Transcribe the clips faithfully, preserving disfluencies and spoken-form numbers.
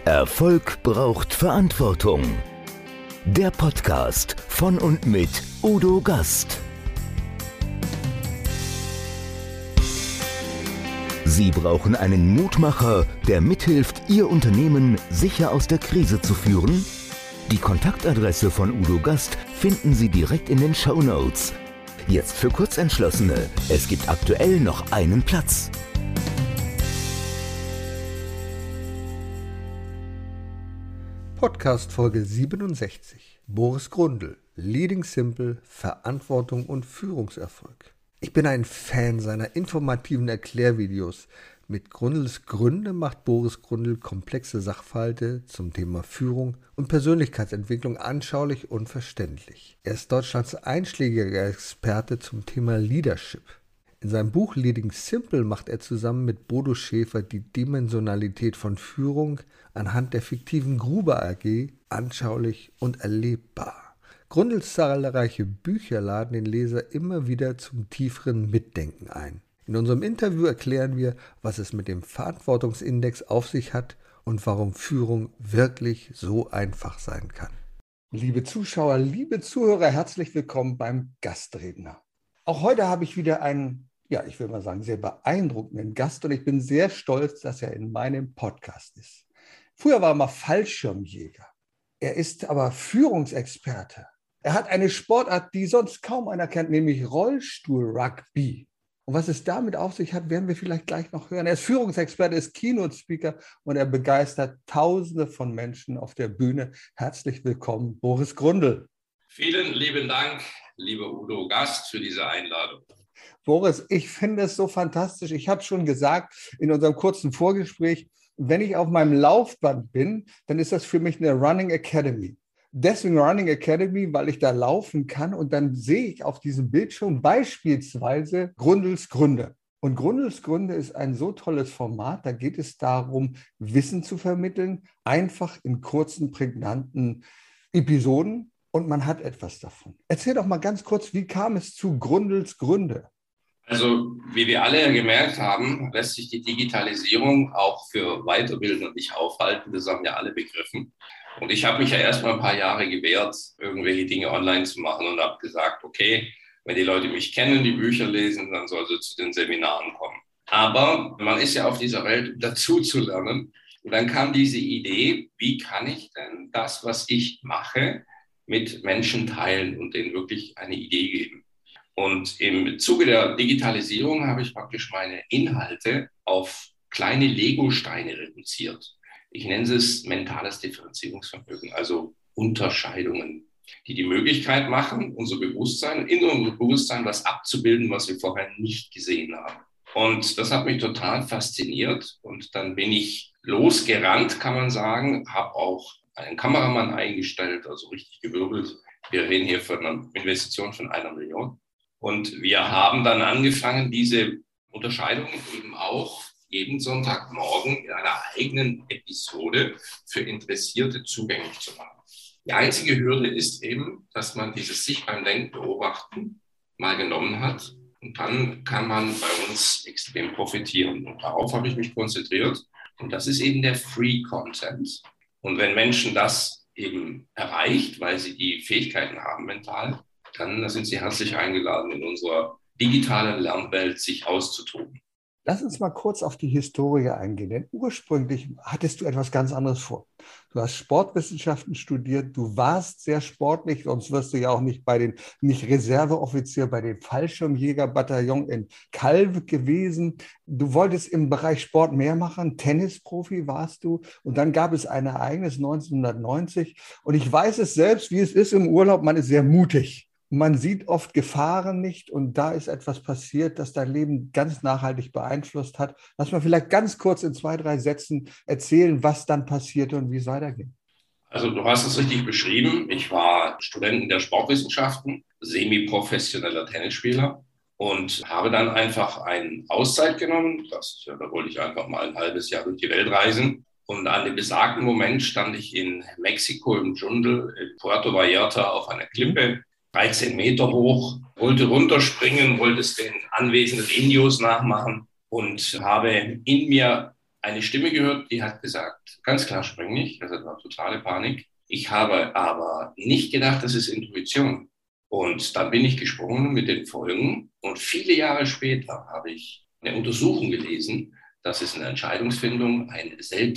Erfolg braucht Verantwortung. Der Podcast von und mit Udo Gast. Sie brauchen einen Mutmacher, der mithilft, Ihr Unternehmen sicher aus der Krise zu führen? Die Kontaktadresse von Udo Gast finden Sie direkt in den Shownotes. Jetzt für Kurzentschlossene. Es gibt aktuell noch einen Platz. Podcast Folge siebenundsechzig. Boris Grundl. Leading Simple, Verantwortung und Führungserfolg. Ich bin ein Fan seiner informativen Erklärvideos. Mit Grundls Gründe macht Boris Grundl komplexe Sachverhalte zum Thema Führung und Persönlichkeitsentwicklung anschaulich und verständlich. Er ist Deutschlands einschlägiger Experte zum Thema Leadership. In seinem Buch Leading Simple macht er zusammen mit Bodo Schäfer die Dimensionalität von Führung anhand der fiktiven Gruber A G anschaulich und erlebbar. Grundls zahlreiche Bücher laden den Leser immer wieder zum tieferen Mitdenken ein. In unserem Interview erklären wir, was es mit dem Verantwortungsindex auf sich hat und warum Führung wirklich so einfach sein kann. Liebe Zuschauer, liebe Zuhörer, herzlich willkommen beim Gastredner. Auch heute habe ich wieder einen, ja, ich will mal sagen, sehr beeindruckenden Gast und ich bin sehr stolz, dass er in meinem Podcast ist. Früher war er mal Fallschirmjäger. Er ist aber Führungsexperte. Er hat eine Sportart, die sonst kaum einer kennt, nämlich Rollstuhl-Rugby. Und was es damit auf sich hat, werden wir vielleicht gleich noch hören. Er ist Führungsexperte, ist Keynote-Speaker und er begeistert Tausende von Menschen auf der Bühne. Herzlich willkommen, Boris Grundl. Vielen lieben Dank, lieber Udo Gast, für diese Einladung. Boris, ich finde es so fantastisch. Ich habe schon gesagt in unserem kurzen Vorgespräch, wenn ich auf meinem Laufband bin, dann ist das für mich eine Running Academy. Deswegen Running Academy, weil ich da laufen kann und dann sehe ich auf diesem Bildschirm beispielsweise Grundls Gründe. Und Grundls Gründe ist ein so tolles Format, da geht es darum, Wissen zu vermitteln, einfach in kurzen, prägnanten Episoden und man hat etwas davon. Erzähl doch mal ganz kurz, wie kam es zu Grundls Gründe? Also, wie wir alle gemerkt haben, lässt sich die Digitalisierung auch für Weiterbildung nicht aufhalten. Das haben ja alle begriffen. Und ich habe mich ja erst mal ein paar Jahre gewehrt, irgendwelche Dinge online zu machen und habe gesagt, okay, wenn die Leute mich kennen, die Bücher lesen, dann soll sie zu den Seminaren kommen. Aber man ist ja auf dieser Welt, um dazu zu lernen. Und dann kam diese Idee, wie kann ich denn das, was ich mache, mit Menschen teilen und denen wirklich eine Idee geben. Und im Zuge der Digitalisierung habe ich praktisch meine Inhalte auf kleine Lego-Steine reduziert. Ich nenne es mentales Differenzierungsvermögen, also Unterscheidungen, die die Möglichkeit machen, unser Bewusstsein, in unserem Bewusstsein was abzubilden, was wir vorher nicht gesehen haben. Und das hat mich total fasziniert. Und dann bin ich losgerannt, kann man sagen, habe auch einen Kameramann eingestellt, also richtig gewirbelt. Wir reden hier von einer Investition von einer Million. Und wir haben dann angefangen, diese Unterscheidungen eben auch jeden Sonntagmorgen in einer eigenen Episode für Interessierte zugänglich zu machen. Die einzige Hürde ist eben, dass man dieses sich beim Denken beobachten mal genommen hat. Und dann kann man bei uns extrem profitieren. Und darauf habe ich mich konzentriert. Und das ist eben der Free Content. Und wenn Menschen das eben erreicht, weil sie die Fähigkeiten haben mental, dann sind sie herzlich eingeladen, in unserer digitalen Lernwelt sich auszutoben. Lass uns mal kurz auf die Historie eingehen, denn ursprünglich hattest du etwas ganz anderes vor. Du hast Sportwissenschaften studiert, du warst sehr sportlich, sonst wirst du ja auch nicht bei den, nicht Reserveoffizier bei den Fallschirmjägerbataillon in Calw gewesen. Du wolltest im Bereich Sport mehr machen, Tennisprofi warst du und dann gab es ein Ereignis neunzehnhundertneunzig und ich weiß es selbst, wie es ist im Urlaub, man ist sehr mutig. Man sieht oft Gefahren nicht und da ist etwas passiert, das dein Leben ganz nachhaltig beeinflusst hat. Lass mal vielleicht ganz kurz in zwei, drei Sätzen erzählen, was dann passierte und wie es weiterging. Also du hast es richtig beschrieben. Ich war Student der Sportwissenschaften, semi-professioneller Tennisspieler und habe dann einfach eine Auszeit genommen. Das, ja, da wollte ich einfach mal ein halbes Jahr durch die Welt reisen. Und an dem besagten Moment stand ich in Mexiko im Dschungel, in Puerto Vallarta auf einer Klippe, dreizehn Meter hoch, wollte runterspringen, wollte es den anwesenden Indios nachmachen und habe in mir eine Stimme gehört, die hat gesagt, ganz klar spring nicht, also das war totale Panik. Ich habe aber nicht gedacht, das ist Intuition. Und dann bin ich gesprungen mit den Folgen und viele Jahre später habe ich eine Untersuchung gelesen, dass es in der Entscheidungsfindung einen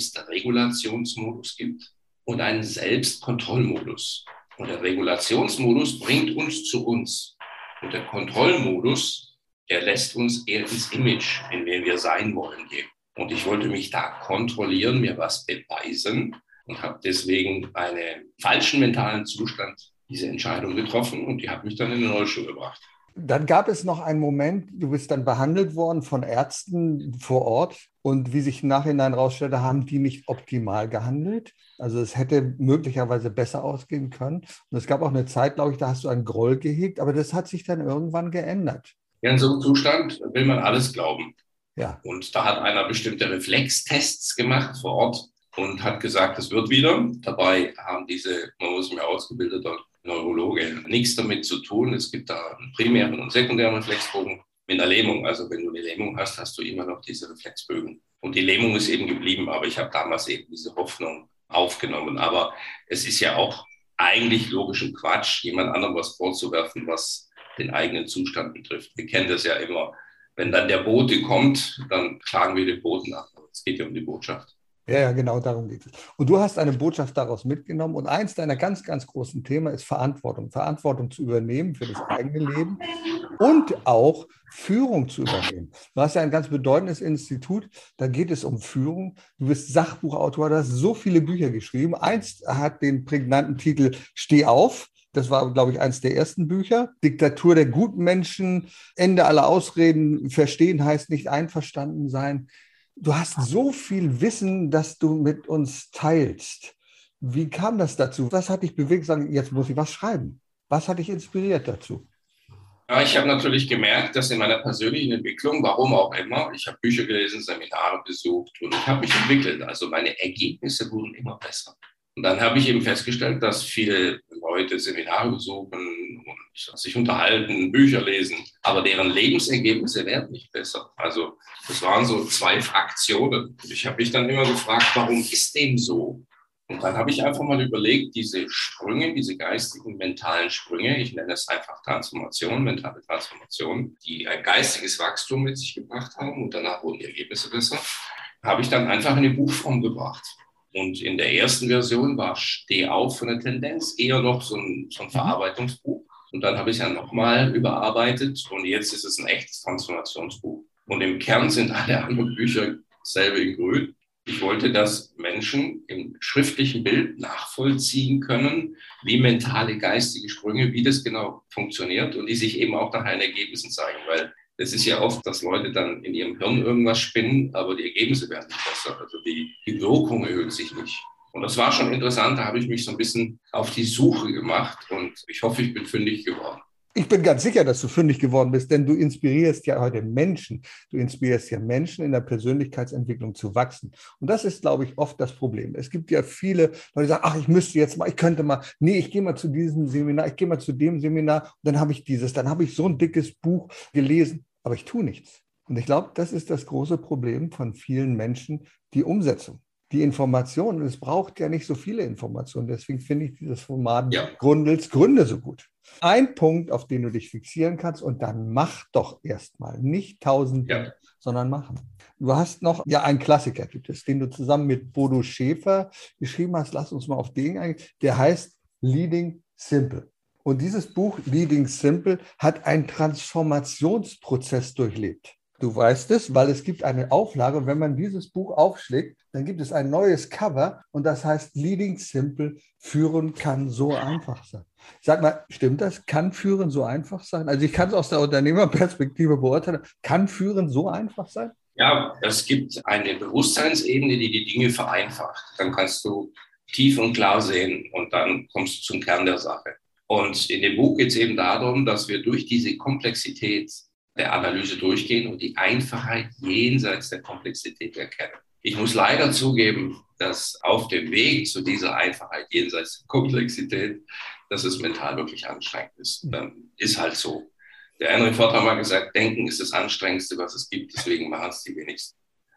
Selbstregulationsmodus gibt und einen Selbstkontrollmodus. Und der Regulationsmodus bringt uns zu uns. Und der Kontrollmodus, der lässt uns eher ins Image, in dem wir sein wollen, gehen. Und ich wollte mich da kontrollieren, mir was beweisen und habe deswegen einen falschen mentalen Zustand diese Entscheidung getroffen und die hat mich dann in den Rollstuhl gebracht. Dann gab es noch einen Moment, du bist dann behandelt worden von Ärzten vor Ort und wie sich im Nachhinein herausstellte, haben die nicht optimal gehandelt. Also es hätte möglicherweise besser ausgehen können. Und es gab auch eine Zeit, glaube ich, da hast du einen Groll gehegt, aber das hat sich dann irgendwann geändert. Ja, in so einem Zustand will man alles glauben. Ja. Und da hat einer bestimmte Reflextests gemacht vor Ort und hat gesagt, es wird wieder. Dabei haben diese, man muss mir ausgebildeter Neurologe, nichts damit zu tun. Es gibt da einen primären und sekundären Reflexbogen mit einer Lähmung. Also wenn du eine Lähmung hast, hast du immer noch diese Reflexbögen. Und die Lähmung ist eben geblieben, aber ich habe damals eben diese Hoffnung aufgenommen. Aber es ist ja auch eigentlich logischem Quatsch, jemand anderem was vorzuwerfen, was den eigenen Zustand betrifft. Wir kennen das ja immer. Wenn dann der Bote kommt, dann klagen wir den Boten ab. Es geht ja um die Botschaft. Ja, ja, genau darum geht es. Und du hast eine Botschaft daraus mitgenommen. Und eins deiner ganz, ganz großen Themen ist Verantwortung. Verantwortung zu übernehmen für das eigene Leben und auch Führung zu übernehmen. Du hast ja ein ganz bedeutendes Institut, da geht es um Führung. Du bist Sachbuchautor, du hast so viele Bücher geschrieben. Eins hat den prägnanten Titel Steh auf. Das war, glaube ich, eines der ersten Bücher. Diktatur der guten Menschen, Ende aller Ausreden, verstehen heißt nicht einverstanden sein. Du hast so viel Wissen, das du mit uns teilst. Wie kam das dazu? Was hat dich bewegt, sagen, jetzt muss ich was schreiben? Was hat dich inspiriert dazu? Ja, ich habe natürlich gemerkt, dass in meiner persönlichen Entwicklung, warum auch immer, ich habe Bücher gelesen, Seminare besucht und ich habe mich entwickelt. Also meine Ergebnisse wurden immer besser. Und dann habe ich eben festgestellt, dass viele Leute Seminare besuchen und sich unterhalten, Bücher lesen, aber deren Lebensergebnisse werden nicht besser. Also das waren so zwei Fraktionen. Ich habe mich dann immer gefragt, warum ist dem so? Und dann habe ich einfach mal überlegt, diese Sprünge, diese geistigen, mentalen Sprünge, ich nenne es einfach Transformation, mentale Transformation, die ein geistiges Wachstum mit sich gebracht haben und danach wurden die Ergebnisse besser, habe ich dann einfach in eine Buchform gebracht. Und in der ersten Version war Steh auf von der Tendenz eher noch so ein, so ein Verarbeitungsbuch. Und dann habe ich es ja nochmal überarbeitet und jetzt ist es ein echtes Transformationsbuch. Und im Kern sind alle anderen Bücher dasselbe in grün. Ich wollte, dass Menschen im schriftlichen Bild nachvollziehen können, wie mentale, geistige Sprünge, wie das genau funktioniert und die sich eben auch nach den Ergebnissen zeigen. Weil es ist ja oft, dass Leute dann in ihrem Hirn irgendwas spinnen, aber die Ergebnisse werden nicht besser. Also die, die Wirkung erhöht sich nicht. Und das war schon interessant, da habe ich mich so ein bisschen auf die Suche gemacht und ich hoffe, ich bin fündig geworden. Ich bin ganz sicher, dass du fündig geworden bist, denn du inspirierst ja heute Menschen. Du inspirierst ja Menschen in der Persönlichkeitsentwicklung zu wachsen. Und das ist, glaube ich, oft das Problem. Es gibt ja viele Leute, die sagen, ach, ich müsste jetzt mal, ich könnte mal, nee, ich gehe mal zu diesem Seminar, ich gehe mal zu dem Seminar und dann habe ich dieses, dann habe ich so ein dickes Buch gelesen, aber ich tue nichts. Und ich glaube, das ist das große Problem von vielen Menschen, die Umsetzung. Die Informationen, es braucht ja nicht so viele Informationen, deswegen finde ich dieses Format ja. Grundels Gründe so gut. Ein Punkt, auf den du dich fixieren kannst und dann mach doch erstmal, nicht tausend, ja. sondern machen. Du hast noch, ja, einen Klassiker gibt es, den du zusammen mit Bodo Schäfer geschrieben hast, lass uns mal auf den eingehen, der heißt Leading Simple. Und dieses Buch Leading Simple hat einen Transformationsprozess durchlebt. Du weißt es, weil es gibt eine Auflage, wenn man dieses Buch aufschlägt, dann gibt es ein neues Cover und das heißt Leading Simple, führen kann so einfach sein. Sag mal, stimmt das? Kann führen so einfach sein? Also ich kann es aus der Unternehmerperspektive beurteilen. Kann führen so einfach sein? Ja, es gibt eine Bewusstseinsebene, die die Dinge vereinfacht. Dann kannst du tief und klar sehen und dann kommst du zum Kern der Sache. Und in dem Buch geht es eben darum, dass wir durch diese Komplexität der Analyse durchgehen und die Einfachheit jenseits der Komplexität erkennen. Ich muss leider zugeben, dass auf dem Weg zu dieser Einfachheit jenseits der Komplexität, dass es mental wirklich anstrengend ist. Ähm, ist halt so. Der Henry Ford hat mal gesagt, Denken ist das Anstrengendste, was es gibt, deswegen machen es die wenigsten.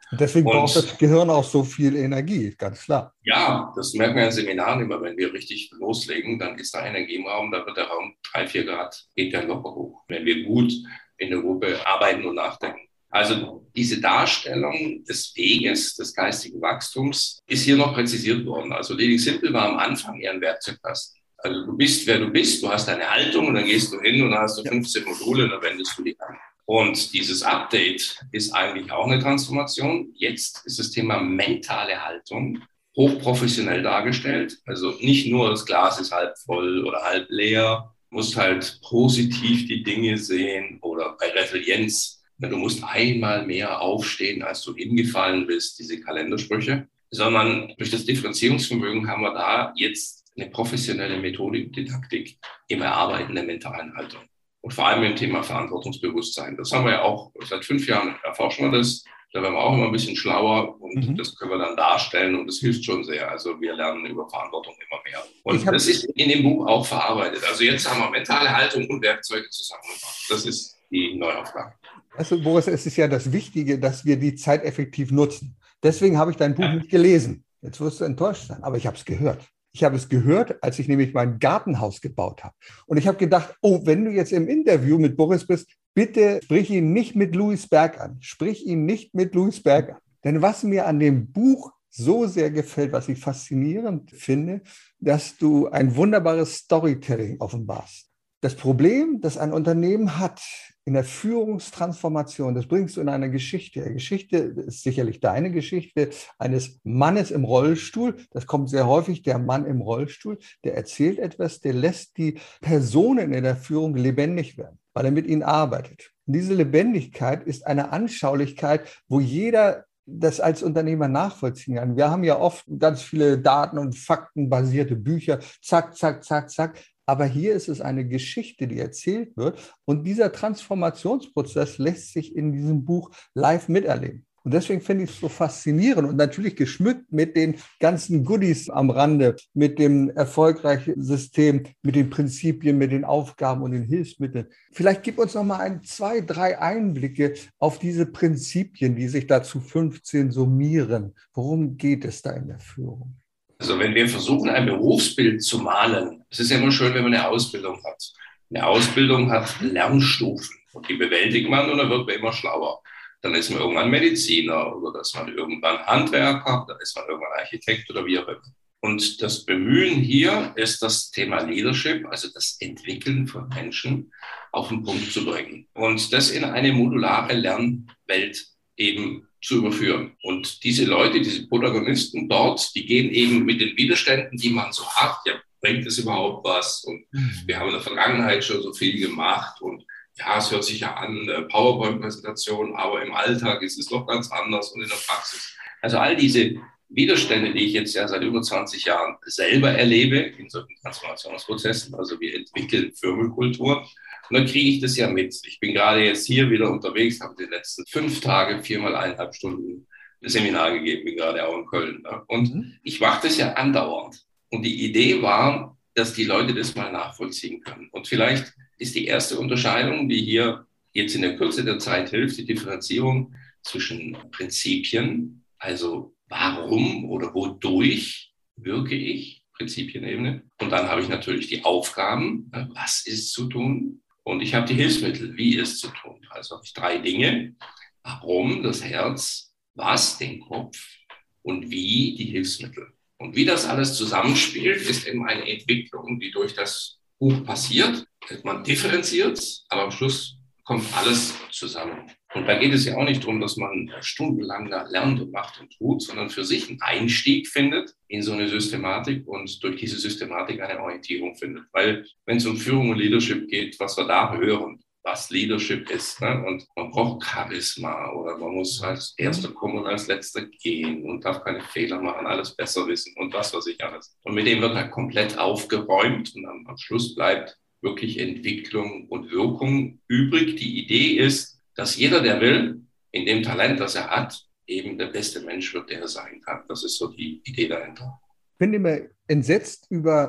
Und deswegen Und braucht das Gehirn auch so viel Energie, ganz klar. ja, das merken wir in Seminaren immer, wenn wir richtig loslegen, dann ist da Energie im Raum, da wird der Raum drei, vier Grad, geht der locker hoch, wenn wir gut in der Gruppe arbeiten und nachdenken. Also diese Darstellung des Weges, des geistigen Wachstums ist hier noch präzisiert worden. Also Leading Simple war am Anfang eher ein Werkzeugkasten. Also du bist, wer du bist, du hast deine Haltung und dann gehst du hin und dann hast du fünfzehn Module und dann wendest du die an. Und dieses Update ist eigentlich auch eine Transformation. Jetzt ist das Thema mentale Haltung hochprofessionell dargestellt. Also nicht nur das Glas ist halb voll oder halb leer, du musst halt positiv die Dinge sehen oder bei Resilienz. Du musst einmal mehr aufstehen, als du hingefallen bist, diese Kalendersprüche, sondern durch das Differenzierungsvermögen haben wir da jetzt eine professionelle Methodik, Didaktik im Erarbeiten der mentalen Haltung. Und vor allem im Thema Verantwortungsbewusstsein. Das haben wir ja auch seit fünf Jahren erforschen wir das. Da werden wir auch immer ein bisschen schlauer und mhm. das können wir dann darstellen und das hilft schon sehr. Also wir lernen über Verantwortung immer mehr. Und das ist in dem Buch auch verarbeitet. Also jetzt haben wir mentale Haltung und Werkzeuge zusammengebracht. Das ist die Neuaufgabe. Also Boris, es ist ja das Wichtige, dass wir die Zeit effektiv nutzen. Deswegen habe ich dein Buch ja. nicht gelesen. Jetzt wirst du enttäuscht sein, aber ich habe es gehört. Ich habe es gehört, als ich nämlich mein Gartenhaus gebaut habe. Und ich habe gedacht, oh, wenn du jetzt im Interview mit Boris bist, bitte sprich ihn nicht mit Louis Berg an. Sprich ihn nicht mit Louis Berg an. Denn was mir an dem Buch so sehr gefällt, was ich faszinierend finde, dass du ein wunderbares Storytelling offenbarst. Das Problem, das ein Unternehmen hat in der Führungstransformation, das bringst du in eine Geschichte. Die Geschichte ist sicherlich deine Geschichte eines Mannes im Rollstuhl. Das kommt sehr häufig, der Mann im Rollstuhl, der erzählt etwas, der lässt die Personen in der Führung lebendig werden, weil er mit ihnen arbeitet. Und diese Lebendigkeit ist eine Anschaulichkeit, wo jeder das als Unternehmer nachvollziehen kann. Wir haben ja oft ganz viele Daten- und faktenbasierte Bücher, zack, zack, zack, zack. Aber hier ist es eine Geschichte, die erzählt wird. Und dieser Transformationsprozess lässt sich in diesem Buch live miterleben. Und deswegen finde ich es so faszinierend und natürlich geschmückt mit den ganzen Goodies am Rande, mit dem erfolgreichen System, mit den Prinzipien, mit den Aufgaben und den Hilfsmitteln. Vielleicht gib uns noch mal ein, zwei, drei Einblicke auf diese Prinzipien, die sich da zu fünfzehn summieren. Worum geht es da in der Führung? Also wenn wir versuchen, ein Berufsbild zu malen, es ist ja immer schön, wenn man eine Ausbildung hat. Eine Ausbildung hat Lernstufen und die bewältigt man und dann wird man immer schlauer. Dann ist man irgendwann Mediziner oder dann ist man irgendwann Handwerker, dann ist man irgendwann Architekt oder wie auch immer. Und das Bemühen hier ist das Thema Leadership, also das Entwickeln von Menschen auf den Punkt zu bringen und das in eine modulare Lernwelt eben zu überführen. Und diese Leute, diese Protagonisten dort, die gehen eben mit den Widerständen, die man so hat, ja, bringt es überhaupt was? Und wir haben in der Vergangenheit schon so viel gemacht und ja, es hört sich ja an, PowerPoint-Präsentation, aber im Alltag ist es doch ganz anders und in der Praxis. Also all diese Widerstände, die ich jetzt ja seit über zwanzig Jahren selber erlebe in solchen Transformationsprozessen, also wir entwickeln Firmenkultur, und dann kriege ich das ja mit. Ich bin gerade jetzt hier wieder unterwegs, habe die letzten fünf Tage viermal eineinhalb Stunden ein Seminar gegeben, bin gerade auch in Köln. Ne? Und mhm. ich mache das ja andauernd. Und die Idee war, dass die Leute das mal nachvollziehen können. Und vielleicht ist die erste Unterscheidung, die hier jetzt in der Kürze der Zeit hilft, die Differenzierung zwischen Prinzipien, also warum oder wodurch wirke ich, Prinzipienebene. Und dann habe ich natürlich die Aufgaben, was ist zu tun. Und ich habe die Hilfsmittel, wie es zu tun. Also habe ich drei Dinge, warum, das Herz, was, den Kopf und wie, die Hilfsmittel. Und wie das alles zusammenspielt, ist eben eine Entwicklung, die durch das Buch passiert. Man differenziert, aber am Schluss kommt alles zusammen. Und da geht es ja auch nicht darum, dass man stundenlang da lernt und macht und tut, sondern für sich einen Einstieg findet in so eine Systematik und durch diese Systematik eine Orientierung findet. Weil wenn es um Führung und Leadership geht, was wir da hören, was Leadership ist, ne? Und man braucht Charisma oder man muss als Erster kommen und als Letzter gehen und darf keine Fehler machen, alles besser wissen und was weiß ich alles. Und mit dem wird er komplett aufgeräumt und am, am Schluss bleibt wirklich Entwicklung und Wirkung übrig. Die Idee ist, dass jeder, der will, in dem Talent, das er hat, eben der beste Mensch wird, der er sein kann. Das ist so die Idee dahinter. Ich bin immer entsetzt über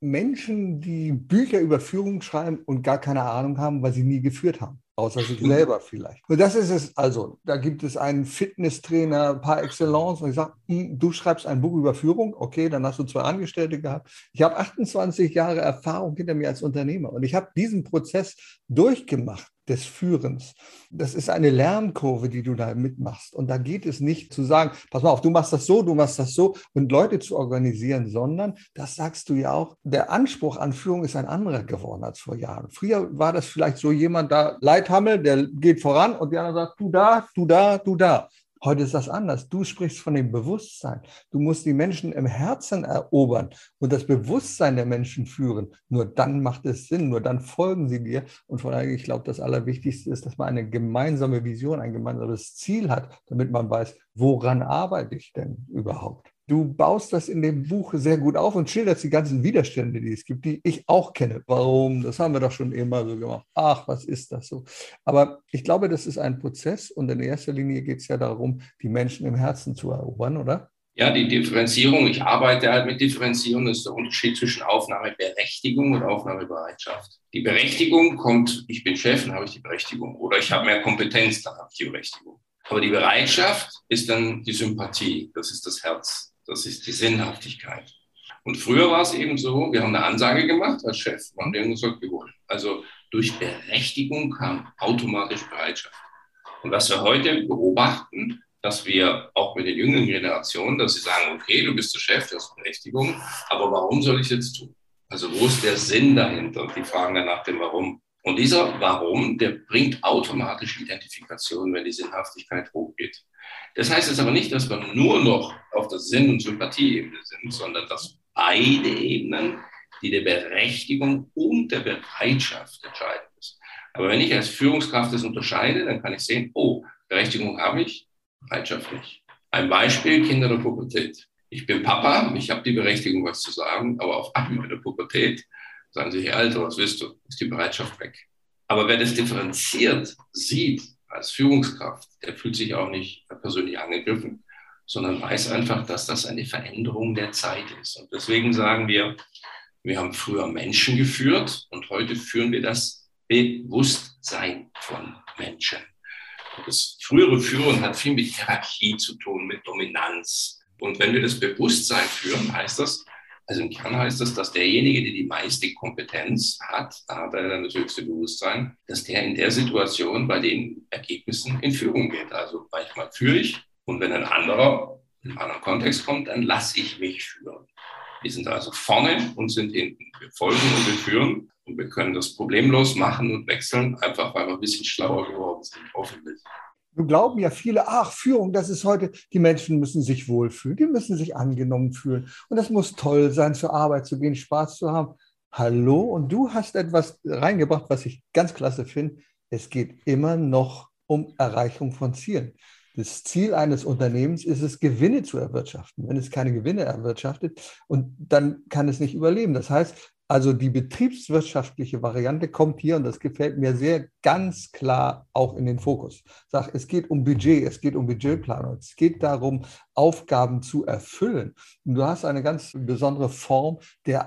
Menschen, die Bücher über Führung schreiben und gar keine Ahnung haben, weil sie nie geführt haben. Außer sich selber vielleicht. Und das ist es also. Da gibt es einen Fitnesstrainer par excellence und ich sage, du schreibst ein Buch über Führung, okay, dann hast du zwei Angestellte gehabt. Ich habe achtundzwanzig Jahre Erfahrung hinter mir als Unternehmer und ich habe diesen Prozess durchgemacht des Führens. Das ist eine Lernkurve, die du da mitmachst. Und da geht es nicht zu sagen, pass mal auf, du machst das so, du machst das so und Leute zu organisieren, sondern, das sagst du ja auch, der Anspruch an Führung ist ein anderer geworden als vor Jahren. Früher war das vielleicht so jemand da, Leithammel, der geht voran und die anderen sagt, du da, du da, du da. Heute ist das anders. Du sprichst von dem Bewusstsein. Du musst die Menschen im Herzen erobern und das Bewusstsein der Menschen führen. Nur dann macht es Sinn, nur dann folgen sie dir. Und von daher, ich glaube, das Allerwichtigste ist, dass man eine gemeinsame Vision, ein gemeinsames Ziel hat, damit man weiß, woran arbeite ich denn überhaupt? Du baust das in dem Buch sehr gut auf und schilderst die ganzen Widerstände, die es gibt, die ich auch kenne. Warum? Das haben wir doch schon immer so gemacht. Ach, was ist das so? Aber ich glaube, das ist ein Prozess und in erster Linie geht es ja darum, die Menschen im Herzen zu erobern, oder? Ja, die Differenzierung, ich arbeite halt mit Differenzierung, das ist der Unterschied zwischen Aufnahmeberechtigung und Aufnahmebereitschaft. Die Berechtigung kommt, ich bin Chef, dann habe ich die Berechtigung. Oder ich habe mehr Kompetenz, dann habe ich die Berechtigung. Aber die Bereitschaft ist dann die Sympathie, das ist das Herz. Das ist die Sinnhaftigkeit. Und früher war es eben so, wir haben eine Ansage gemacht als Chef. Wir haben denen gesagt, jawohl. Also durch Berechtigung kam automatisch Bereitschaft. Und was wir heute beobachten, dass wir auch mit den jüngeren Generationen, dass sie sagen, okay, du bist der Chef, du hast Berechtigung, aber warum soll ich es jetzt tun? Also wo ist der Sinn dahinter? Und die fragen dann nach dem Warum. Und dieser Warum, der bringt automatisch Identifikation, wenn die Sinnhaftigkeit hochgeht. Das heißt jetzt aber nicht, dass wir nur noch auf der Sinn- und Sympathieebene sind, sondern dass beide Ebenen, die der Berechtigung und der Bereitschaft entscheidend ist. Aber wenn ich als Führungskraft das unterscheide, dann kann ich sehen, oh, Berechtigung habe ich, Bereitschaft nicht. Ein Beispiel, Kinder der Pubertät. Ich bin Papa, ich habe die Berechtigung, was zu sagen, aber auf einmal in der Pubertät sagen sie, hey Alter, was willst du? Ist die Bereitschaft weg. Aber wer das differenziert sieht, als Führungskraft, der fühlt sich auch nicht persönlich angegriffen, sondern weiß einfach, dass das eine Veränderung der Zeit ist. Und deswegen sagen wir, wir haben früher Menschen geführt und heute führen wir das Bewusstsein von Menschen. Und das frühere Führen hat viel mit Hierarchie zu tun, mit Dominanz. Und wenn wir das Bewusstsein führen, heißt das, also im Kern heißt das, dass derjenige, der die meiste Kompetenz hat, da hat er dann das höchste Bewusstsein, dass der in der Situation bei den Ergebnissen in Führung geht. Also manchmal führe ich und wenn ein anderer in einem anderen Kontext kommt, dann lasse ich mich führen. Wir sind also vorne und sind hinten. Wir folgen und wir führen und wir können das problemlos machen und wechseln, einfach weil wir ein bisschen schlauer geworden sind, hoffentlich. Nun glauben ja viele, ach, Führung, das ist heute, die Menschen müssen sich wohlfühlen, die müssen sich angenommen fühlen. Und das muss toll sein, zur Arbeit zu gehen, Spaß zu haben. Hallo, und du hast etwas reingebracht, was ich ganz klasse finde. Es geht immer noch um Erreichung von Zielen. Das Ziel eines Unternehmens ist es, Gewinne zu erwirtschaften. Wenn es keine Gewinne erwirtschaftet, und dann kann es nicht überleben. Das heißt, also die betriebswirtschaftliche Variante kommt hier, und das gefällt mir sehr, ganz klar auch in den Fokus. Sag, es geht um Budget, es geht um Budgetplanung, es geht darum, Aufgaben zu erfüllen. Und du hast eine ganz besondere Form der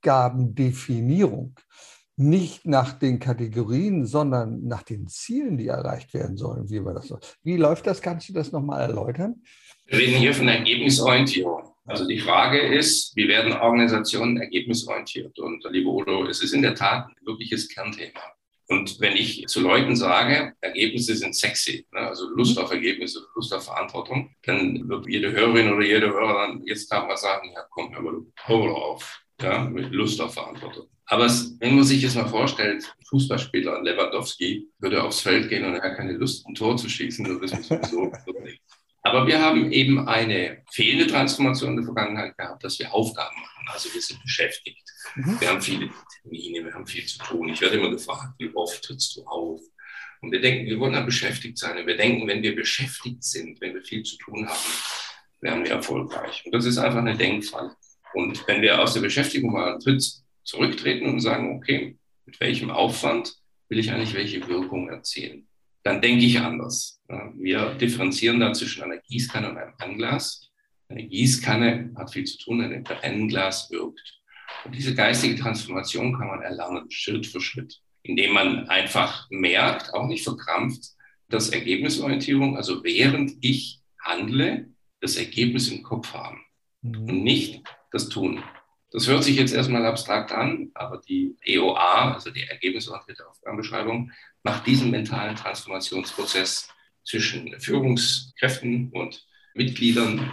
Aufgabendefinierung. Nicht nach den Kategorien, sondern nach den Zielen, die erreicht werden sollen. Wie war das so? Wie läuft das? Kannst du das nochmal erläutern? Wir reden hier von Ergebnisorientierung. Also die Frage ist, wie werden Organisationen ergebnisorientiert? Und liebe Udo, es ist in der Tat ein wirkliches Kernthema. Und wenn ich zu Leuten sage, Ergebnisse sind sexy, ne, also Lust auf Ergebnisse, Lust auf Verantwortung, dann wird jede Hörerin oder jeder Hörer dann jetzt gerade mal sagen, ja komm, hör mal, hör mal auf, ja, mit Lust auf Verantwortung. Aber es, wenn man sich jetzt mal vorstellt, Fußballspieler Lewandowski würde aufs Feld gehen und er hat keine Lust, ein Tor zu schießen, das wissen wir sowieso nicht. Aber wir haben eben eine fehlende Transformation in der Vergangenheit gehabt, dass wir Aufgaben machen. Also wir sind beschäftigt. Mhm. Wir haben viele Termine, wir haben viel zu tun. Ich werde immer gefragt, wie oft trittst du auf? Und wir denken, wir wollen ja beschäftigt sein. Und wir denken, wenn wir beschäftigt sind, wenn wir viel zu tun haben, werden wir erfolgreich. Und das ist einfach eine Denkfalle. Und wenn wir aus der Beschäftigung mal einen Schritt zurücktreten und sagen, okay, mit welchem Aufwand will ich eigentlich welche Wirkung erzielen? Dann denke ich anders. Wir differenzieren da zwischen einer Gießkanne und einem Brennglas. Eine Gießkanne hat viel zu tun, ein Brennglas wirkt. Und diese geistige Transformation kann man erlernen, Schritt für Schritt, indem man einfach merkt, auch nicht verkrampft, dass Ergebnisorientierung, also während ich handle, das Ergebnis im Kopf haben mhm. und nicht das Tun. Das hört sich jetzt erstmal abstrakt an, aber die E O A, also die ergebnisorientierte Aufgabenbeschreibung, macht diesen mentalen Transformationsprozess zwischen Führungskräften und Mitgliedern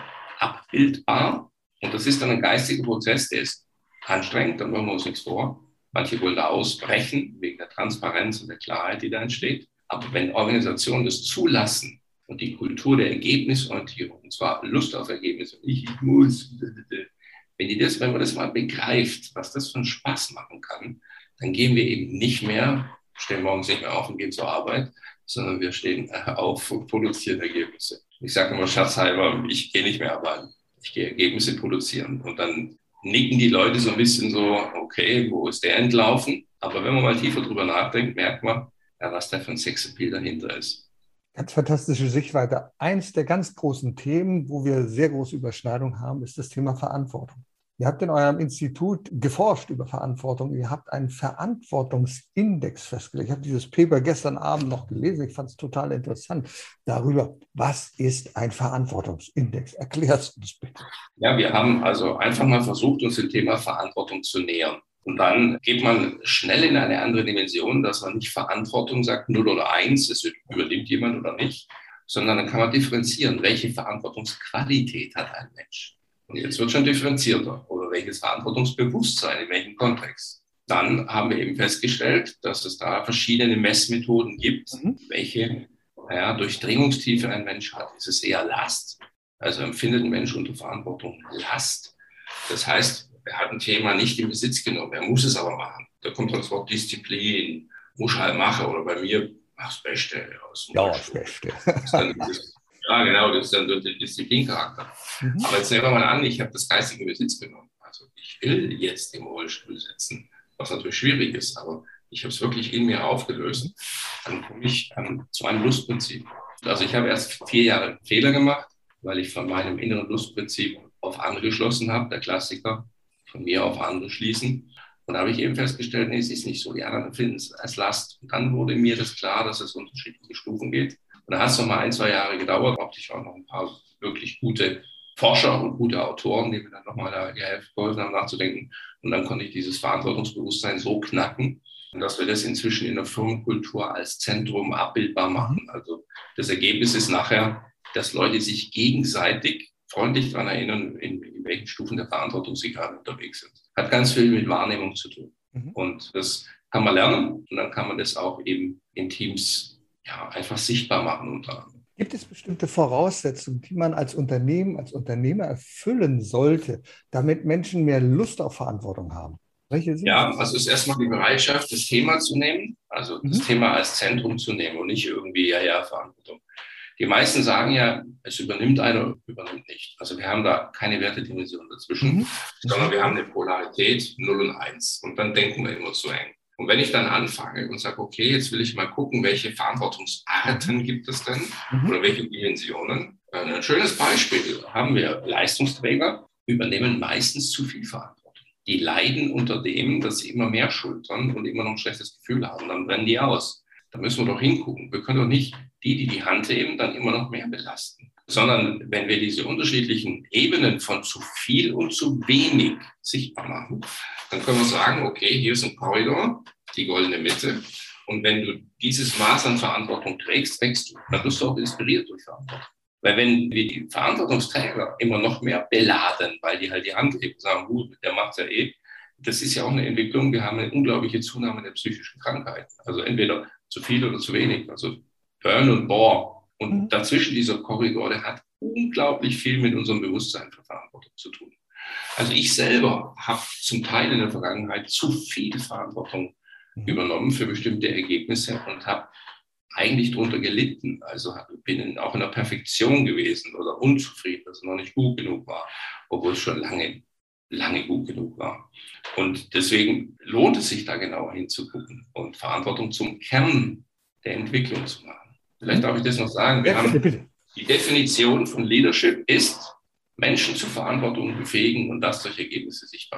abbildbar. Und das ist dann ein geistiger Prozess, der ist anstrengend, da machen wir uns nichts vor. Manche wollen da ausbrechen, wegen der Transparenz und der Klarheit, die da entsteht. Aber wenn Organisationen das zulassen und die Kultur der Ergebnisorientierung, und zwar Lust auf Ergebnisse, ich muss, wenn, die das, wenn man das mal begreift, was das für einen Spaß machen kann, dann gehen wir eben nicht mehr, stehen morgens nicht mehr auf und gehen zur Arbeit, sondern wir stehen auf und produzieren Ergebnisse. Ich sage immer scherzhalber, ich gehe nicht mehr arbeiten, ich gehe Ergebnisse produzieren. Und dann nicken die Leute so ein bisschen so, okay, wo ist der entlaufen? Aber wenn man mal tiefer drüber nachdenkt, merkt man, ja, was da für ein Sexappeal dahinter ist. Ganz fantastische Sichtweite. Eins der ganz großen Themen, wo wir sehr große Überschneidung haben, ist das Thema Verantwortung. Ihr habt in eurem Institut geforscht über Verantwortung. Ihr habt einen Verantwortungsindex festgelegt. Ich habe dieses Paper gestern Abend noch gelesen. Ich fand es total interessant darüber, was ist ein Verantwortungsindex? Erklärst du uns bitte. Ja, wir haben also einfach mal versucht, uns dem Thema Verantwortung zu nähern. Und dann geht man schnell in eine andere Dimension, dass man nicht Verantwortung sagt, null oder eins, es übernimmt jemand oder nicht, sondern dann kann man differenzieren, welche Verantwortungsqualität hat ein Mensch. Und jetzt wird schon differenzierter. Oder welches Verantwortungsbewusstsein, in welchem Kontext. Dann haben wir eben festgestellt, dass es da verschiedene Messmethoden gibt, mhm. welche ja, Durchdringungstiefe ein Mensch hat. Ist es eher Last? Also empfindet ein Mensch unter Verantwortung Last? Das heißt, er hat ein Thema nicht in Besitz genommen, er muss es aber machen. Da kommt das Wort Disziplin, muss halt machen. Oder bei mir, ach, das Beste. Aus dem ja, das Beste. Das Ja, genau, das ist dann der Disziplincharakter. Mhm. Aber jetzt nehmen wir mal an, ich habe das geistige Besitz genommen. Also ich will jetzt im Rollstuhl sitzen, was natürlich schwierig ist, aber ich habe es wirklich in mir aufgelöst. Dann komme ich ähm, zu einem Lustprinzip. Also ich habe erst vier Jahre Fehler gemacht, weil ich von meinem inneren Lustprinzip auf andere geschlossen habe, der Klassiker, von mir auf andere schließen. Und da habe ich eben festgestellt, nee, es ist nicht so. Die anderen finden es als Last. Und dann wurde mir das klar, dass es unterschiedliche Stufen geht. Und da hat es noch mal ein, zwei Jahre gedauert, brauchte ich auch noch ein paar wirklich gute Forscher und gute Autoren, die mir dann nochmal da geholfen haben, nachzudenken. Und dann konnte ich dieses Verantwortungsbewusstsein so knacken, dass wir das inzwischen in der Firmenkultur als Zentrum abbildbar machen. Also das Ergebnis ist nachher, dass Leute sich gegenseitig freundlich daran erinnern, in, in welchen Stufen der Verantwortung sie gerade unterwegs sind. Hat ganz viel mit Wahrnehmung zu tun. Mhm. Und das kann man lernen und dann kann man das auch eben in Teams ja, einfach sichtbar machen unter anderem. Gibt es bestimmte Voraussetzungen, die man als Unternehmen, als Unternehmer erfüllen sollte, damit Menschen mehr Lust auf Verantwortung haben? Welche sind ja, das? also ist erstmal die Bereitschaft, das Thema zu nehmen, also mhm. das Thema als Zentrum zu nehmen und nicht irgendwie, ja, ja, Verantwortung. Die meisten sagen ja, es übernimmt einer, übernimmt nicht. Also wir haben da keine Wertedimension dazwischen, mhm. sondern wir haben eine Polarität null und eins und dann denken wir immer zu eng. Und wenn ich dann anfange und sage, okay, jetzt will ich mal gucken, welche Verantwortungsarten gibt es denn mhm. oder welche Dimensionen. Ein schönes Beispiel haben wir, Leistungsträger übernehmen meistens zu viel Verantwortung. Die leiden unter dem, dass sie immer mehr schultern und immer noch ein schlechtes Gefühl haben. Dann brennen die aus. Da müssen wir doch hingucken. Wir können doch nicht die, die die Hand heben, dann immer noch mehr belasten. Sondern wenn wir diese unterschiedlichen Ebenen von zu viel und zu wenig sichtbar machen, dann können wir sagen, okay, hier ist ein Korridor, die goldene Mitte. Und wenn du dieses Maß an Verantwortung trägst, wächst du. Dann bist du auch inspiriert durch Verantwortung. Weil wenn wir die Verantwortungsträger immer noch mehr beladen, weil die halt die Hand heben und sagen, gut, der macht ja eh, das ist ja auch eine Entwicklung. Wir haben eine unglaubliche Zunahme der psychischen Krankheiten. Also entweder zu viel oder zu wenig. Also Burn und Bore. Und mhm. dazwischen dieser Korridor, der hat unglaublich viel mit unserem Bewusstsein für Verantwortung zu tun. Also ich selber habe zum Teil in der Vergangenheit zu viel Verantwortung mhm. übernommen für bestimmte Ergebnisse und habe eigentlich darunter gelitten. Also bin auch in der Perfektion gewesen oder unzufrieden, dass es noch nicht gut genug war, obwohl es schon lange, lange gut genug war. Und deswegen lohnt es sich da genauer hinzugucken und Verantwortung zum Kern der Entwicklung zu machen. Vielleicht darf ich das noch sagen. Wir ja, haben bitte, bitte. Die Definition von Leadership ist, Menschen zur Verantwortung befähigen und das durch Ergebnisse sichtbar machen.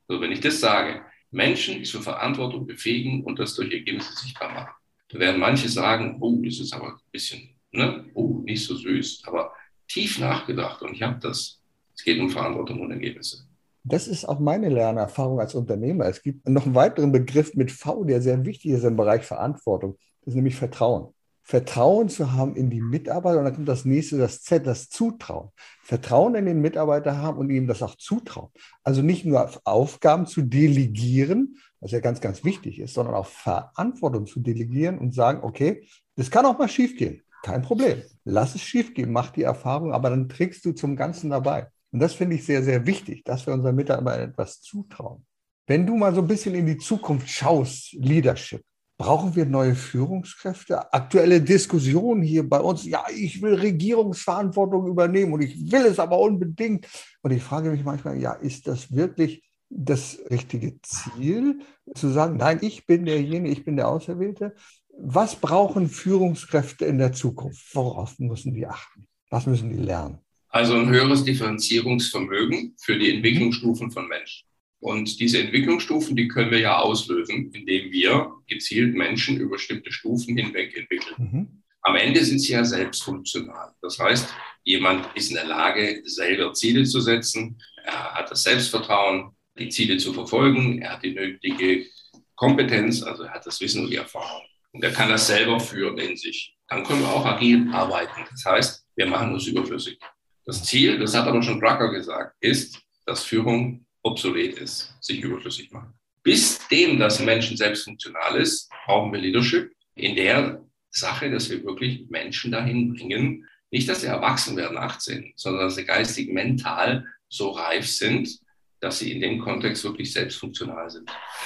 Also wenn ich das sage, Menschen zur Verantwortung befähigen und das durch Ergebnisse sichtbar machen, da werden manche sagen, oh, das ist aber ein bisschen, ne, oh, nicht so süß, aber tief nachgedacht und ich habe das. Es geht um Verantwortung und Ergebnisse. Das ist auch meine Lernerfahrung als Unternehmer. Es gibt noch einen weiteren Begriff mit V, der sehr wichtig ist im Bereich Verantwortung. Das ist nämlich Vertrauen. Vertrauen zu haben in die Mitarbeiter und dann kommt das nächste, das Z, das Zutrauen. Vertrauen in den Mitarbeiter haben und ihm das auch zutrauen. Also nicht nur Aufgaben zu delegieren, was ja ganz, ganz wichtig ist, sondern auch Verantwortung zu delegieren und sagen, okay, das kann auch mal schiefgehen. Kein Problem. Lass es schiefgehen, mach die Erfahrung, aber dann trägst du zum Ganzen dabei. Und das finde ich sehr, sehr wichtig, dass wir unseren Mitarbeitern etwas zutrauen. Wenn du mal so ein bisschen in die Zukunft schaust, Leadership, brauchen wir neue Führungskräfte? Aktuelle Diskussionen hier bei uns, ja, ich will Regierungsverantwortung übernehmen und ich will es aber unbedingt. Und ich frage mich manchmal, ja, ist das wirklich das richtige Ziel, zu sagen, nein, ich bin derjenige, ich bin der Auserwählte? Was brauchen Führungskräfte in der Zukunft? Worauf müssen die achten? Was müssen die lernen? Also ein höheres Differenzierungsvermögen für die Entwicklungsstufen von Menschen. Und diese Entwicklungsstufen, die können wir ja auslösen, indem wir gezielt Menschen über bestimmte Stufen hinweg entwickeln. Mhm. Am Ende sind sie ja selbstfunktional. Das heißt, jemand ist in der Lage, selber Ziele zu setzen. Er hat das Selbstvertrauen, die Ziele zu verfolgen. Er hat die nötige Kompetenz, also er hat das Wissen und die Erfahrung. Und er kann das selber führen in sich. Dann können wir auch agil arbeiten. Das heißt, wir machen uns überflüssig. Das Ziel, das hat aber schon Drucker gesagt, ist, dass Führung obsolet ist, sich überflüssig machen. Bis dem, dass ein Mensch selbst funktional ist, brauchen wir Leadership in der Sache, dass wir wirklich Menschen dahin bringen, nicht, dass sie erwachsen werden, achtzehn, sondern dass sie geistig, mental so reif sind, dass sie in dem Kontext wirklich selbst funktional sind.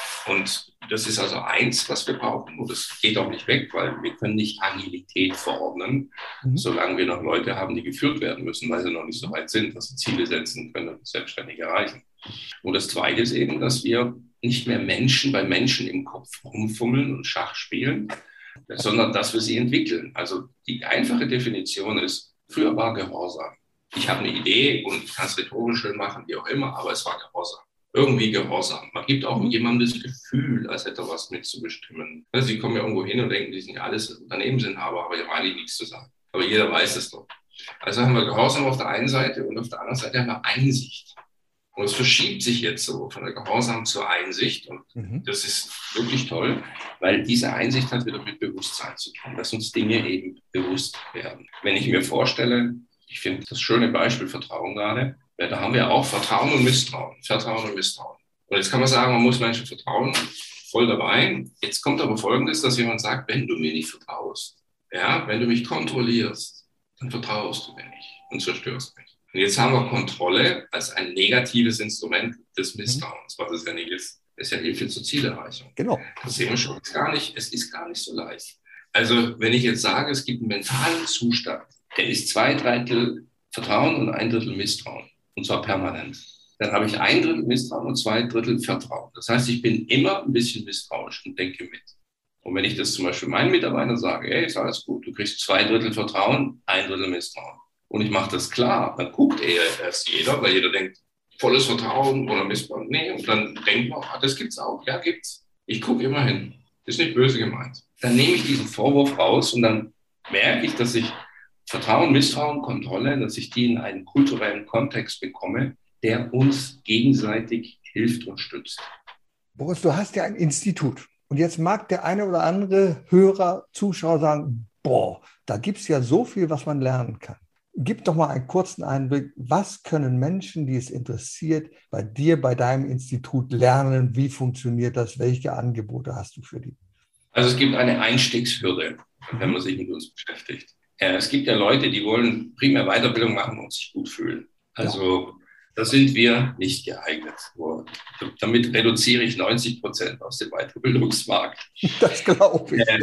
Und das ist also eins, was wir brauchen. Und das geht auch nicht weg, weil wir können nicht Agilität verordnen, mhm. solange wir noch Leute haben, die geführt werden müssen, weil sie noch nicht so weit sind, dass sie Ziele setzen können und selbstständig erreichen. Und das Zweite ist eben, dass wir nicht mehr Menschen bei Menschen im Kopf rumfummeln und Schach spielen, sondern dass wir sie entwickeln. Also die einfache Definition ist, früher war Gehorsam. Ich habe eine Idee und ich kann es rhetorisch schön machen, wie auch immer, aber es war Gehorsam. Irgendwie Gehorsam. Man gibt auch jemandem das Gefühl, als hätte er was mitzubestimmen. Also sie kommen ja irgendwo hin und denken, die sind ja alles Unternehmensinhaber, aber die haben eigentlich nichts zu sagen. Aber jeder weiß es doch. Also haben wir Gehorsam auf der einen Seite und auf der anderen Seite haben wir Einsicht. Und es verschiebt sich jetzt so von der Gehorsam zur Einsicht. Und mhm. das ist wirklich toll, weil diese Einsicht hat wieder mit Bewusstsein zu tun, dass uns Dinge eben bewusst werden. Wenn ich mir vorstelle, ich finde das schöne Beispiel Vertrauen gerade, ja, da haben wir auch Vertrauen und Misstrauen. Vertrauen und Misstrauen. Und jetzt kann man sagen, man muss Menschen vertrauen, voll dabei. Jetzt kommt aber Folgendes, dass jemand sagt, wenn du mir nicht vertraust, ja, wenn du mich kontrollierst, dann vertraust du mir nicht und zerstörst mich. Und jetzt haben wir Kontrolle als ein negatives Instrument des Misstrauens, was es ja nicht ist. Das ist ja Hilfe zur Zielerreichung. Genau. Das sehen wir schon. Es ist gar nicht, es ist gar nicht so leicht. Also wenn ich jetzt sage, es gibt einen mentalen Zustand, der ist zwei Drittel Vertrauen und ein Drittel Misstrauen. Und zwar permanent. Dann habe ich ein Drittel Misstrauen und zwei Drittel Vertrauen. Das heißt, ich bin immer ein bisschen misstrauisch und denke mit. Und wenn ich das zum Beispiel meinen Mitarbeitern sage, hey, ist alles gut, du kriegst zwei Drittel Vertrauen, ein Drittel Misstrauen. Und ich mache das klar, dann guckt eher erst jeder, weil jeder denkt, volles Vertrauen oder Misstrauen. Nee, und dann denkt man, ah, das gibt's auch. Ja, gibt's. Ich gucke immer hin. Ist nicht böse gemeint. Dann nehme ich diesen Vorwurf raus und dann merke ich, dass ich Vertrauen, Misstrauen, Kontrolle, dass ich die in einen kulturellen Kontext bekomme, der uns gegenseitig hilft und stützt. Boris, du hast ja ein Institut. Und jetzt mag der eine oder andere Hörer, Zuschauer sagen, boah, da gibt es ja so viel, was man lernen kann. Gib doch mal einen kurzen Einblick, was können Menschen, die es interessiert, bei dir, bei deinem Institut lernen? Wie funktioniert das? Welche Angebote hast du für die? Also es gibt eine Einstiegshürde, wenn man sich mit uns beschäftigt. Es gibt ja Leute, die wollen primär Weiterbildung machen und sich gut fühlen. Also da sind wir nicht geeignet. Damit reduziere ich neunzig Prozent aus dem Weiterbildungsmarkt. Das glaube ich.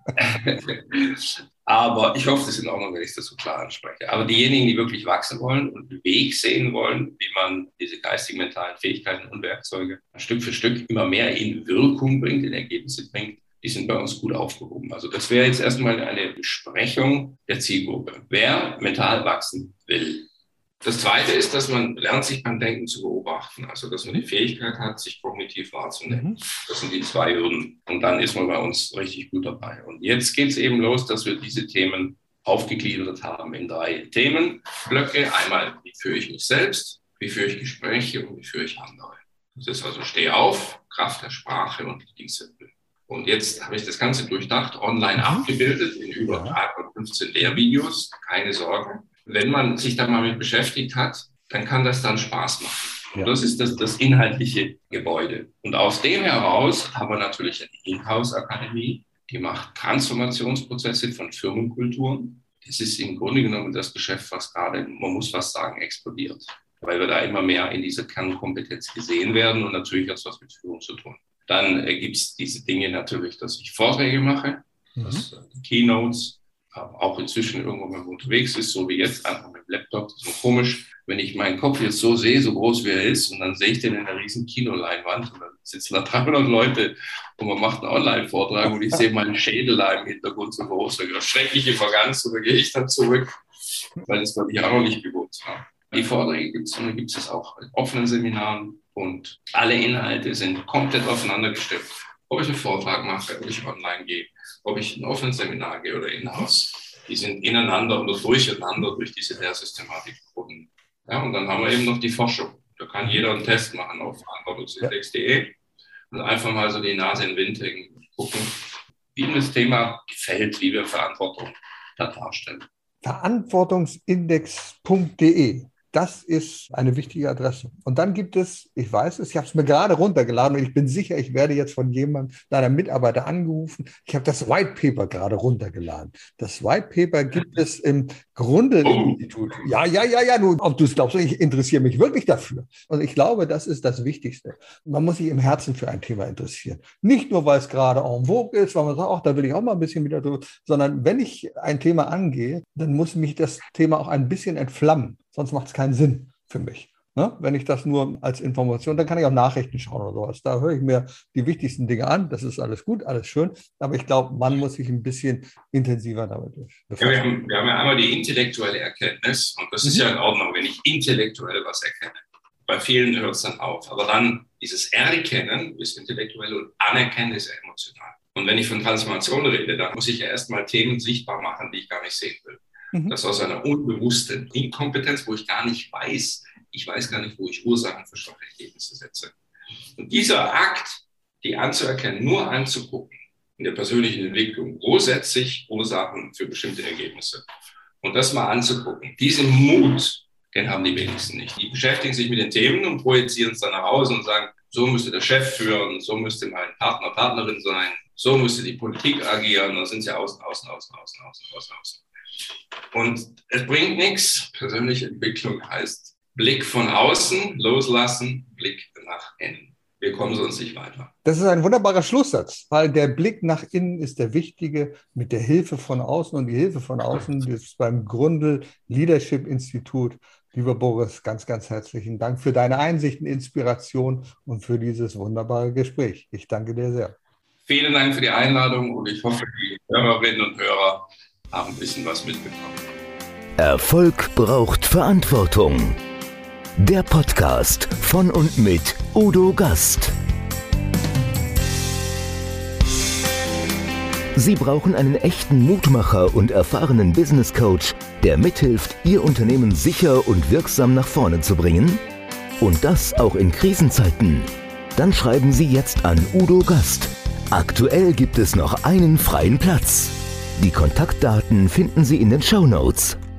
Aber ich hoffe, das ist in Ordnung, wenn ich das so klar anspreche. Aber diejenigen, die wirklich wachsen wollen und einen Weg sehen wollen, wie man diese geistigen, mentalen Fähigkeiten und Werkzeuge Stück für Stück immer mehr in Wirkung bringt, in Ergebnisse bringt, die sind bei uns gut aufgehoben. Also das wäre jetzt erstmal eine Besprechung der Zielgruppe. Wer mental wachsen will, Das Zweite ist, dass man lernt, sich beim Denken zu beobachten. Also, dass man die Fähigkeit hat, sich kognitiv wahrzunehmen. Das sind die zwei Hürden. Und dann ist man bei uns richtig gut dabei. Und jetzt geht es eben los, dass wir diese Themen aufgegliedert haben in drei Themenblöcke. Einmal, wie führe ich mich selbst, wie führe ich Gespräche und wie führe ich andere. Das ist also Steh auf, Kraft der Sprache und Liedsimpel. Und jetzt habe ich das Ganze durchdacht, online abgebildet in über dreihundertfünfzehn Lehrvideos. Keine Sorge. Wenn man sich da mal mit beschäftigt hat, dann kann das dann Spaß machen. Und das ist das, das inhaltliche Gebäude. Und aus dem heraus haben wir natürlich eine Inhouse-Akademie, die macht Transformationsprozesse von Firmenkulturen. Das ist im Grunde genommen das Geschäft, was gerade, man muss fast sagen, explodiert. Weil wir da immer mehr in dieser Kernkompetenz gesehen werden und natürlich hat es was mit Führung zu tun. Dann äh, gibt es diese Dinge natürlich, dass ich Vorträge mache, mhm. das, äh, Keynotes, auch inzwischen irgendwo mal unterwegs ist, so wie jetzt, einfach mit dem Laptop. Das ist so komisch, wenn ich meinen Kopf jetzt so sehe, so groß wie er ist, und dann sehe ich den in einer riesen Kinoleinwand und dann sitzen da dreihundert Leute und man macht einen Online-Vortrag und ich sehe meinen Schädel da im Hintergrund so groß. Da gibt schreckliche Vakanz, und da gehe ich dann zurück, weil das war ich auch noch nicht gewohnt habe. Die Vorträge gibt es und dann gibt es auch in offenen Seminaren und alle Inhalte sind komplett aufeinander gestimmt. Ob ich einen Vortrag mache, ob ich online gehe, ob ich in ein offenes Seminar gehe oder in-house. Die sind ineinander oder durcheinander durch diese Lehrsystematik verbunden. Ja, und dann haben wir eben noch die Forschung. Da kann jeder einen Test machen auf verantwortungsindex punkt de und einfach mal so die Nase in den Wind hängen und gucken, wie ihm das Thema gefällt, wie wir Verantwortung da darstellen. verantwortungsindex punkt de. Das ist eine wichtige Adresse. Und dann gibt es, ich weiß es, ich habe es mir gerade runtergeladen und ich bin sicher, ich werde jetzt von jemandem, deiner Mitarbeiter angerufen. Ich habe das White Paper gerade runtergeladen. Das White Paper gibt es im Grundel-Institut. Ja, ja, ja, ja, du, ob du es glaubst, ich interessiere mich wirklich dafür. Und ich glaube, das ist das Wichtigste. Man muss sich im Herzen für ein Thema interessieren. Nicht nur, weil es gerade en vogue ist, weil man sagt, ach, da will ich auch mal ein bisschen wieder drüber, sondern wenn ich ein Thema angehe, dann muss mich das Thema auch ein bisschen entflammen. Sonst macht es keinen Sinn für mich. Ne? Wenn ich das nur als Information, dann kann ich auch Nachrichten schauen oder sowas. Da höre ich mir die wichtigsten Dinge an. Das ist alles gut, alles schön. Aber ich glaube, man muss sich ein bisschen intensiver damit befassen. Ja, wir, haben, wir haben ja einmal die intellektuelle Erkenntnis. Und das ist mhm. ja in Ordnung, wenn ich intellektuell was erkenne. Bei vielen hört es dann auf. Aber dann dieses Erkennen ist intellektuell und Anerkennen ist emotional. Und wenn ich von Transformation rede, dann muss ich ja erstmal Themen sichtbar machen, die ich gar nicht sehen will. Das ist aus einer unbewussten Inkompetenz, wo ich gar nicht weiß, ich weiß gar nicht, wo ich Ursachen für schwache Ergebnisse setze. Und dieser Akt, die anzuerkennen, nur anzugucken, in der persönlichen Entwicklung, wo setze ich Ursachen für bestimmte Ergebnisse? Und das mal anzugucken, diesen Mut, den haben die wenigsten nicht. Die beschäftigen sich mit den Themen und projizieren es dann nach Hause und sagen, so müsste der Chef führen, so müsste mein Partner, Partnerin sein, so müsste die Politik agieren, dann sind sie außen, außen, außen, außen, außen, außen, außen. Und es bringt nichts. Persönliche Entwicklung heißt Blick von außen, loslassen, Blick nach innen. Wir kommen sonst nicht weiter. Das ist ein wunderbarer Schlusssatz, weil der Blick nach innen ist der wichtige mit der Hilfe von außen. Und die Hilfe von außen ist beim Grundel Leadership Institut. Lieber Boris, ganz, ganz herzlichen Dank für deine Einsichten, Inspiration und für dieses wunderbare Gespräch. Ich danke dir sehr. Vielen Dank für die Einladung und ich hoffe, die Hörerinnen und Hörer haben ein bisschen was mitbekommen. Erfolg braucht Verantwortung. Der Podcast von und mit Udo Gast. Sie brauchen einen echten Mutmacher und erfahrenen Business Coach, der mithilft, Ihr Unternehmen sicher und wirksam nach vorne zu bringen? Und das auch in Krisenzeiten? Dann schreiben Sie jetzt an Udo Gast. Aktuell gibt es noch einen freien Platz. Die Kontaktdaten finden Sie in den Shownotes.